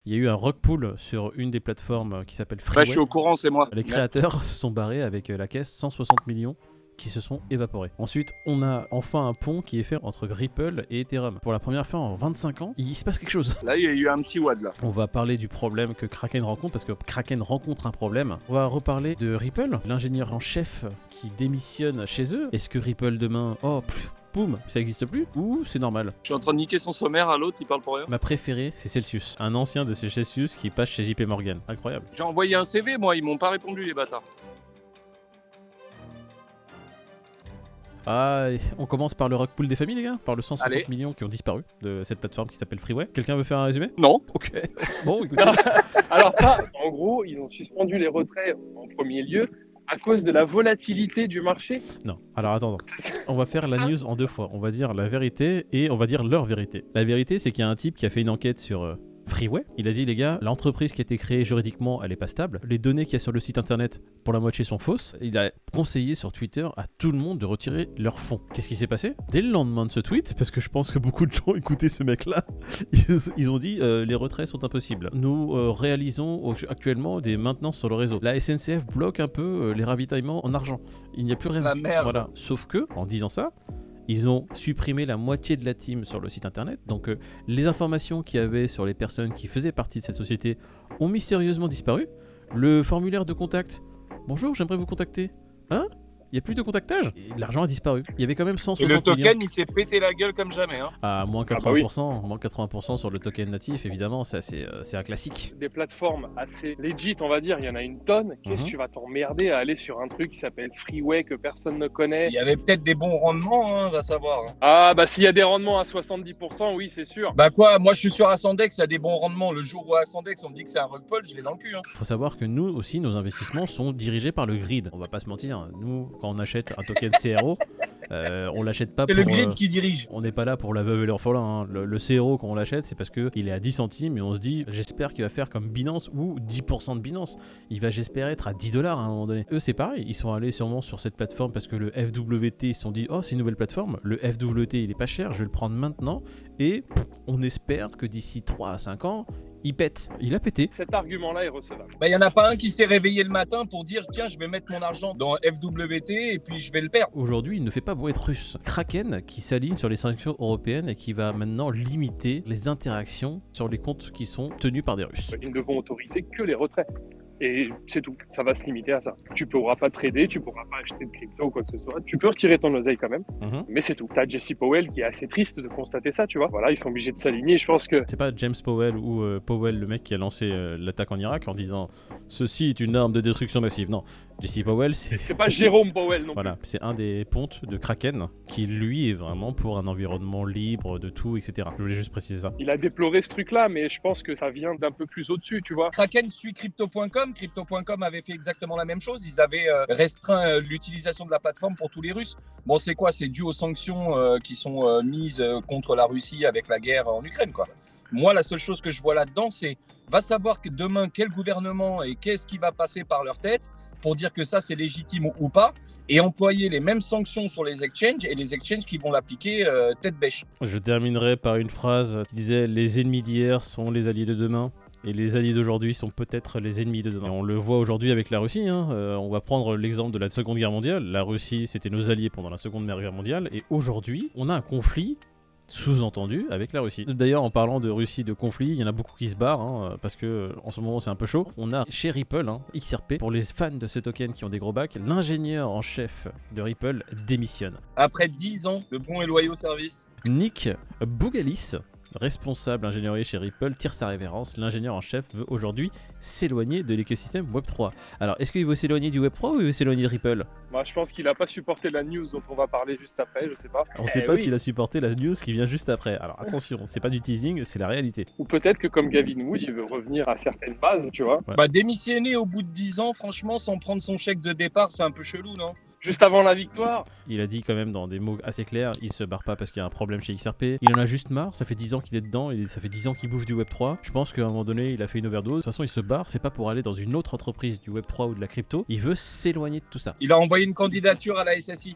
Il y a eu un rug pull sur une des plateformes qui s'appelle Freeway. Bah, je suis au courant, c'est moi. Les créateurs se sont barrés avec la caisse 160 millions qui se sont évaporés. Ensuite, on a enfin un pont qui est fait entre Ripple et Ethereum. Pour la première fois en 25 ans, il se passe quelque chose. Là, il y a eu un petit WAD là. On va parler du problème que Kraken rencontre, parce que Kraken rencontre un problème. On va reparler de Ripple, l'ingénieur en chef qui démissionne chez eux. Est-ce que Ripple demain, boum, ça existe plus ou c'est normal? Je suis en train de niquer son sommaire à l'autre, il parle pour rien. Ma préférée, c'est Celsius, un ancien de chez Celsius qui passe chez JP Morgan. Incroyable. J'ai envoyé un CV, moi, ils m'ont pas répondu, les bâtards. Ah, on commence par le rug pull des familles, les gars, par le 160 Allez. millions qui ont disparu de cette plateforme qui s'appelle Freeway. Quelqu'un veut faire un résumé? Non. Ok. Bon, écoutez. Alors ça, en gros, ils ont suspendu les retraits en premier lieu à cause de la volatilité du marché. Non, alors attends. On va faire la news en deux fois. On va dire la vérité et on va dire leur vérité. La vérité, c'est qu'il y a un type qui a fait une enquête sur Freeway. Il a dit, les gars, l'entreprise qui a été créée juridiquement, elle est pas stable. Les données qu'il y a sur le site internet, pour la moitié, sont fausses. Il a conseillé sur Twitter à tout le monde de retirer leurs fonds. Qu'est-ce qui s'est passé? Dès le lendemain de ce tweet, parce que je pense que beaucoup de gens écoutaient ce mec-là, ils ont dit les retraits sont impossibles. Nous réalisons actuellement des maintenances sur le réseau. La SNCF bloque un peu les ravitaillements en argent. Il n'y a plus rien. La merde. Voilà. Sauf que, en disant ça, ils ont supprimé la moitié de la team sur le site internet. Donc les informations qu'il y avait sur les personnes qui faisaient partie de cette société ont mystérieusement disparu. Le formulaire de contact. Bonjour, j'aimerais vous contacter. Hein? Il n'y a plus de contactage? Et l'argent a disparu. Il y avait quand même 160 Et le token, millions. il s'est pété la gueule comme jamais. Hein. À moins 80%, Ah bah oui. moins 80% sur le token natif, évidemment, ça c'est un classique. Des plateformes assez legit, on va dire, il y en a une tonne. Qu'est-ce que Mhm. tu vas t'emmerder à aller sur un truc qui s'appelle Freeway que personne ne connaît? Il y avait peut-être des bons rendements, hein, va savoir. Hein. Ah bah s'il y a des rendements à 70%, oui c'est sûr. Bah quoi, moi je suis sur Ascendex, il y a des bons rendements. Le jour où Ascendex, on me dit que c'est un rug pull, je l'ai dans le cul. Hein. Faut savoir que nous aussi, nos investissements sont dirigés par le grid. On va pas se mentir, nous, quand on achète un token CRO, on l'achète pas C'est pour... le grid qui dirige. On n'est pas là pour la veuve et l'orphelin. Hein. Le CRO, quand on l'achète, c'est parce qu'il est à 10 centimes et on se dit, j'espère qu'il va faire comme Binance ou 10% de Binance. Il va, j'espère, être à 10$ à un moment donné. Eux, c'est pareil. Ils sont allés sûrement sur cette plateforme parce que le FWT, ils se sont dit, oh, c'est une nouvelle plateforme. Le FWT, il est pas cher, je vais le prendre maintenant. Et on espère que d'ici 3 à 5 ans, il pète. Il a pété. Cet argument-là est recevable. Bah, il n'y en a pas un qui s'est réveillé le matin pour dire tiens, je vais mettre mon argent dans FWT et puis je vais le perdre. Aujourd'hui, il ne fait pas beau être russe. Kraken qui s'aligne sur les sanctions européennes et qui va maintenant limiter les interactions sur les comptes qui sont tenus par des Russes. Ils ne vont autoriser que les retraits. Et c'est tout, ça va se limiter à ça. Tu pourras pas trader, tu pourras pas acheter de crypto ou quoi que ce soit. Tu peux retirer ton oseille quand même, mais c'est tout. T'as Jesse Powell qui est assez triste de constater ça, tu vois. Voilà, ils sont obligés de s'aligner. Je pense que C'est pas James Powell ou Powell, le mec qui a lancé l'attaque en Irak en disant ceci est une arme de destruction massive. Non, Jesse Powell, c'est pas Jérôme Powell non voilà, c'est un des pontes de Kraken qui lui est vraiment pour un environnement libre de tout, etc. Je voulais juste préciser ça. plus. Il a déploré ce truc-là, mais je pense que ça vient d'un peu plus au-dessus, tu vois. Kraken suit Crypto.com. Crypto.com avait fait exactement la même chose. Ils avaient restreint l'utilisation de la plateforme pour tous les Russes. Bon, c'est quoi? C'est dû aux sanctions qui sont mises contre la Russie avec la guerre en Ukraine, quoi. Moi, la seule chose que je vois là-dedans, c'est va savoir que demain, quel gouvernement et qu'est-ce qui va passer par leur tête pour dire que ça, c'est légitime ou pas, et employer les mêmes sanctions sur les exchanges et les exchanges qui vont l'appliquer tête bêche. Je terminerai par une phrase qui disait les ennemis d'hier sont les alliés de demain. Et les alliés d'aujourd'hui sont peut-être les ennemis de demain. Et on le voit aujourd'hui avec la Russie. Hein. On va prendre l'exemple de la Seconde Guerre mondiale. La Russie, c'était nos alliés pendant la Seconde Guerre mondiale. Et aujourd'hui, on a un conflit sous-entendu avec la Russie. D'ailleurs, en parlant de Russie, de conflit, il y en a beaucoup qui se barrent hein, parce que en ce moment c'est un peu chaud. On a chez Ripple, hein, XRP, pour les fans de ce token qui ont des gros bacs, l'ingénieur en chef de Ripple démissionne. Après 10 ans de bons et loyaux services. Nick Bougalis, responsable ingénierie chez Ripple, tire sa révérence. L'ingénieur en chef veut aujourd'hui s'éloigner de l'écosystème Web3. Alors, est-ce qu'il veut s'éloigner du Web3 ou il veut s'éloigner de Ripple? Bah, je pense qu'il a pas supporté la news dont on va parler juste après, je sais pas. On ne sait pas s'il a supporté la news qui vient juste après. Alors attention, c'est pas du teasing, c'est la réalité. Ou peut-être que comme Gavin Wood, il veut revenir à certaines bases, tu vois. Ouais. Bah, démissionner au bout de 10 ans, franchement, sans prendre son chèque de départ, c'est un peu chelou, non? Juste avant la victoire. Il a dit quand même dans des mots assez clairs, il se barre pas parce qu'il y a un problème chez XRP. Il en a juste marre, ça fait 10 ans qu'il est dedans et ça fait 10 ans qu'il bouffe du Web3. Je pense qu'à un moment donné, il a fait une overdose. De toute façon, il se barre, c'est pas pour aller dans une autre entreprise du Web3 ou de la crypto. Il veut s'éloigner de tout ça. Il a envoyé une candidature à la SSI.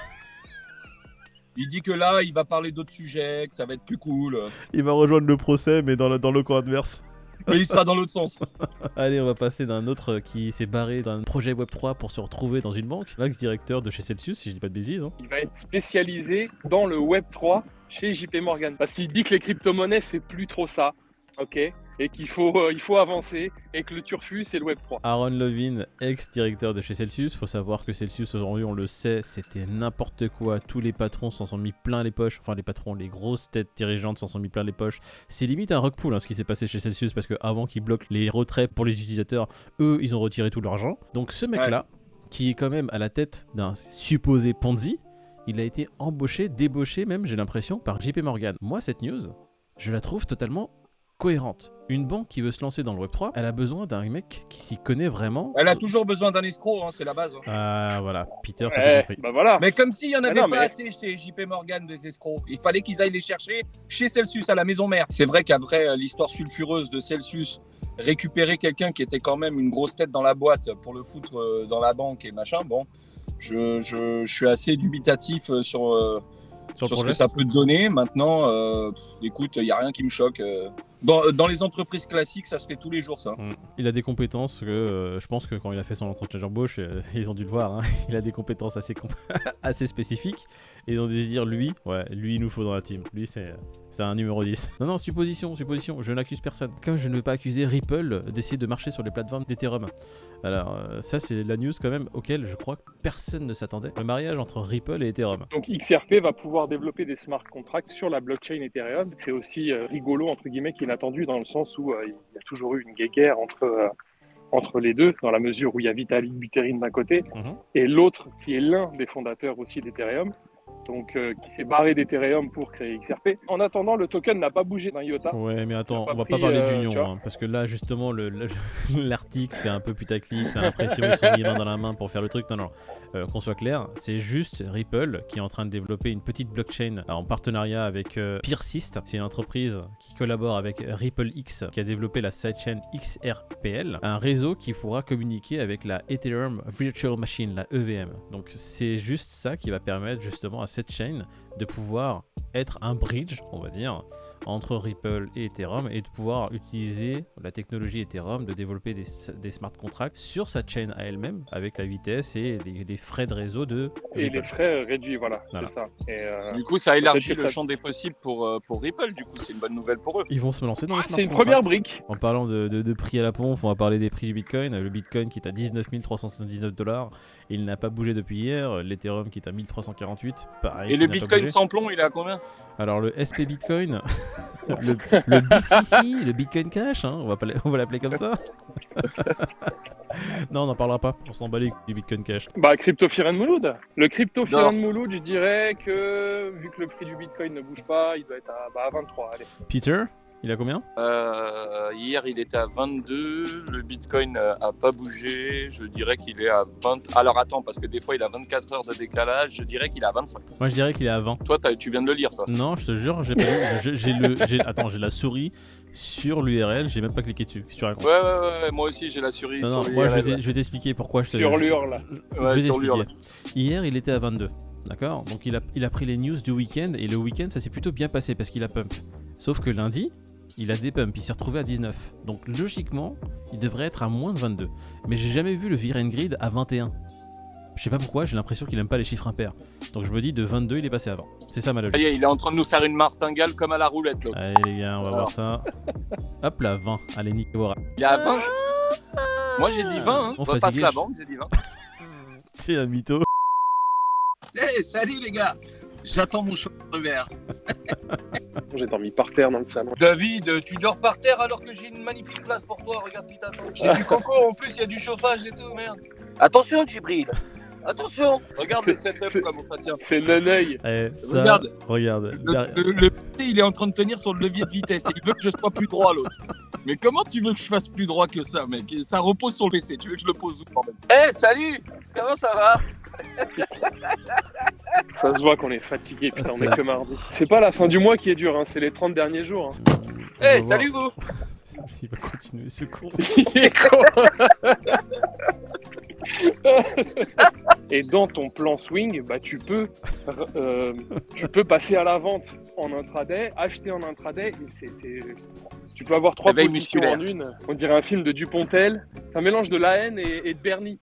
Il dit que là, il va parler d'autres sujets, que ça va être plus cool. Il va rejoindre le procès, mais dans le camp adverse. Mais il sera dans l'autre sens. Allez, on va passer d'un autre qui s'est barré d'un projet Web3 pour se retrouver dans une banque. L'ex-directeur de chez Celsius, si je dis pas de bêtises. Hein. Il va être spécialisé dans le Web3 chez JP Morgan. Parce qu'il dit que les crypto-monnaies, c'est plus trop ça. Ok, et qu'il faut, il faut avancer, et que le turfu, c'est le Web3. Aaron Levin, ex-directeur de chez Celsius. Faut savoir que Celsius, aujourd'hui, on le sait, c'était n'importe quoi. Tous les patrons s'en sont mis plein les poches. Enfin, les patrons, les grosses têtes dirigeantes s'en sont mis plein les poches. C'est limite un rug pull, hein, ce qui s'est passé chez Celsius, parce qu'avant qu'ils bloquent les retraits pour les utilisateurs, eux, ils ont retiré tout leur argent. Donc ce mec-là, qui est quand même à la tête d'un supposé Ponzi, il a été embauché, débauché même, j'ai l'impression, par JP Morgan. Moi, cette news, je la trouve totalement cohérente. Une banque qui veut se lancer dans le Web3, elle a besoin d'un mec qui s'y connaît vraiment. Elle a toujours besoin d'un escroc, hein, c'est la base. Ah voilà, Peter, t'as tout compris. Bah voilà. Mais comme s'il n'y en avait pas assez chez JP Morgan des escrocs. Il fallait qu'ils aillent les chercher chez Celsius, à la maison mère. C'est vrai qu'après l'histoire sulfureuse de Celsius, récupérer quelqu'un qui était quand même une grosse tête dans la boîte pour le foutre dans la banque et machin, bon, je suis assez dubitatif sur ce que ça peut te donner. Maintenant, écoute, il n'y a rien qui me choque. Dans les entreprises classiques, ça se fait tous les jours, ça. Il a des compétences que je pense que quand il a fait son entretien d'embauche, ils ont dû le voir. Hein. Il a des compétences assez spécifiques. Et ils ont dû se dire, lui, il nous faut dans la team. Lui, c'est un numéro 10. Non, supposition. Je n'accuse personne. Comme je ne veux pas accuser Ripple d'essayer de marcher sur les plateformes d'Ethereum. Alors, ça, c'est la news quand même auquel je crois que personne ne s'attendait. Le mariage entre Ripple et Ethereum. Donc XRP va pouvoir développer des smart contracts sur la blockchain Ethereum. C'est aussi rigolo, entre guillemets, inattendu dans le sens où il y a toujours eu une guéguerre entre les deux, dans la mesure où il y a Vitalik Buterin d'un côté et l'autre qui est l'un des fondateurs aussi d'Ethereum, donc qui s'est barré d'Ethereum pour créer XRP. En attendant, le token n'a pas bougé d'un iota. Ouais, mais attends, on va pas parler d'union, hein, parce que là, justement, l'article fait un peu putaclic, t'as l'impression qu'ils sont mis main dans la main pour faire le truc. Non, qu'on soit clair, c'est juste Ripple qui est en train de développer une petite blockchain en partenariat avec Persist. C'est une entreprise qui collabore avec RippleX, qui a développé la sidechain XRPL, un réseau qui pourra communiquer avec la Ethereum Virtual Machine, la EVM. Donc c'est juste ça qui va permettre justement à cette chaîne de pouvoir être un bridge, on va dire, entre Ripple et Ethereum et de pouvoir utiliser la technologie Ethereum, de développer des smart contracts sur sa chaîne à elle-même avec la vitesse et les frais de réseau de Ripple. Et les frais réduits, voilà. C'est ça. Et, du coup, ça élargit le champ des possibles pour Ripple, du coup, c'est une bonne nouvelle pour eux. Ils vont se lancer dans les smart contracts. C'est une première brique. En parlant de prix à la pompe, on va parler des prix du Bitcoin. Le Bitcoin qui est à 19 379$, il n'a pas bougé depuis hier. L'Ethereum qui est à 1348, pareil. Et le Bitcoin sans plomb, il est à combien? Alors le SP Bitcoin, le BCC, le Bitcoin Cash, hein, on va l'appeler comme ça. Non, on n'en parlera pas, on s'en bat les couilles du Bitcoin Cash. Bah, Crypto Fear and Mouloud. Le Crypto Fear and Mouloud, je dirais que, vu que le prix du Bitcoin ne bouge pas, il doit être à 23, allez. Peter, il a combien? Hier, il était à 22, le Bitcoin a pas bougé, je dirais qu'il est à 20... Alors attends, parce que des fois, il a 24 heures de décalage, je dirais qu'il est à 25. Moi, je dirais qu'il est à 20. Toi, tu viens de le lire, toi? Non, je te jure, j'ai la souris sur l'URL, j'ai même pas cliqué dessus. Si tu racontes. Ouais, moi aussi j'ai la souris sur l'URL. Moi, je vais t'expliquer pourquoi je te sur l'URL. Je vais t'expliquer. Hier, il était à 22. D'accord? Donc, il a pris les news du week-end et le week-end, ça s'est plutôt bien passé parce qu'il a pump. Sauf que lundi, il a dépump, il s'est retrouvé à 19. Donc logiquement, il devrait être à moins de 22. Mais j'ai jamais vu le Vir and Grid à 21. Je sais pas pourquoi, j'ai l'impression qu'il aime pas les chiffres impairs. Donc je me dis de 22, il est passé à 20. C'est ça ma logique. Il est en train de nous faire une martingale comme à la roulette l'autre. Allez les gars, on va voir ça. Hop là, 20. Allez, niquez-vous. Il est à 20. Moi j'ai dit 20, hein. On va passer la banque, j'ai dit 20. C'est un mytho. Hey, salut les gars. J'attends mon choix de verre. J'ai dormi par terre dans le salon. David, tu dors par terre alors que j'ai une magnifique place pour toi. Regarde qui t'attend. J'ai du coco en plus, il y a du chauffage et tout, merde. Attention, Djibril. Attention. Regarde le setup comme on tient. C'est le œil. Regarde. Le petit, il est en train de tenir sur le levier de vitesse. Et il veut que je sois plus droit, l'autre. Mais comment tu veux que je fasse plus droit que ça, mec? Ça repose sur le PC. Tu veux que je le pose où, quand même? Eh, salut. Comment ça va? Ça se voit qu'on est fatigué, putain, on est que mardi. C'est pas la fin du mois qui est dure, hein, c'est les 30 derniers jours. Eh, salut vous. Il va continuer ce cours. Il est con. Et dans ton plan swing, bah tu peux passer à la vente en intraday, acheter en intraday, et Tu peux avoir 3 Réveil positions musculaire. en une. On dirait un film de Dupontel. C'est un mélange de La Haine et de Bernie.